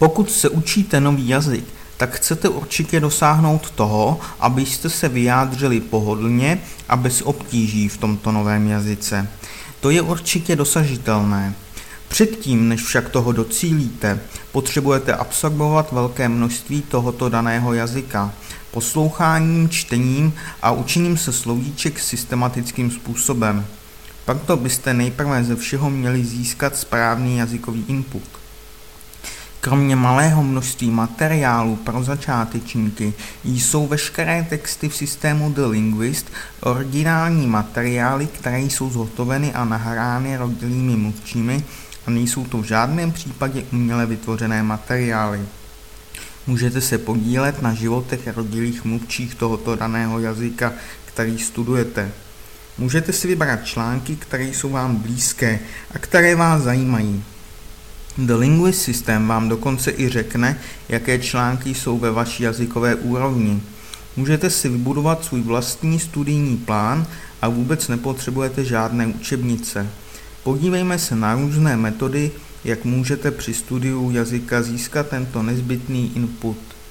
Pokud se učíte nový jazyk, tak chcete určitě dosáhnout toho, abyste se vyjádřili pohodlně a bez obtíží v tomto novém jazyce. To je určitě dosažitelné. Předtím, než však toho docílíte, potřebujete absorbovat velké množství tohoto daného jazyka, posloucháním, čtením a učením se slovíček systematickým způsobem. Proto byste nejprve ze všeho měli získat správný jazykový input. Kromě malého množství materiálu pro začátečníky jsou veškeré texty v systému The Linguist originální materiály, které jsou zhotoveny a nahrány rodilými mluvčími a nejsou to v žádném případě uměle vytvořené materiály. Můžete se podílet na životech rodilých mluvčích tohoto daného jazyka, který studujete. Můžete si vybrat články, které jsou vám blízké a které vás zajímají. The Linguist systém vám dokonce i řekne, jaké články jsou ve vaší jazykové úrovni. Můžete si vybudovat svůj vlastní studijní plán a vůbec nepotřebujete žádné učebnice. Podívejme se na různé metody, jak můžete při studiu jazyka získat tento nezbytný input.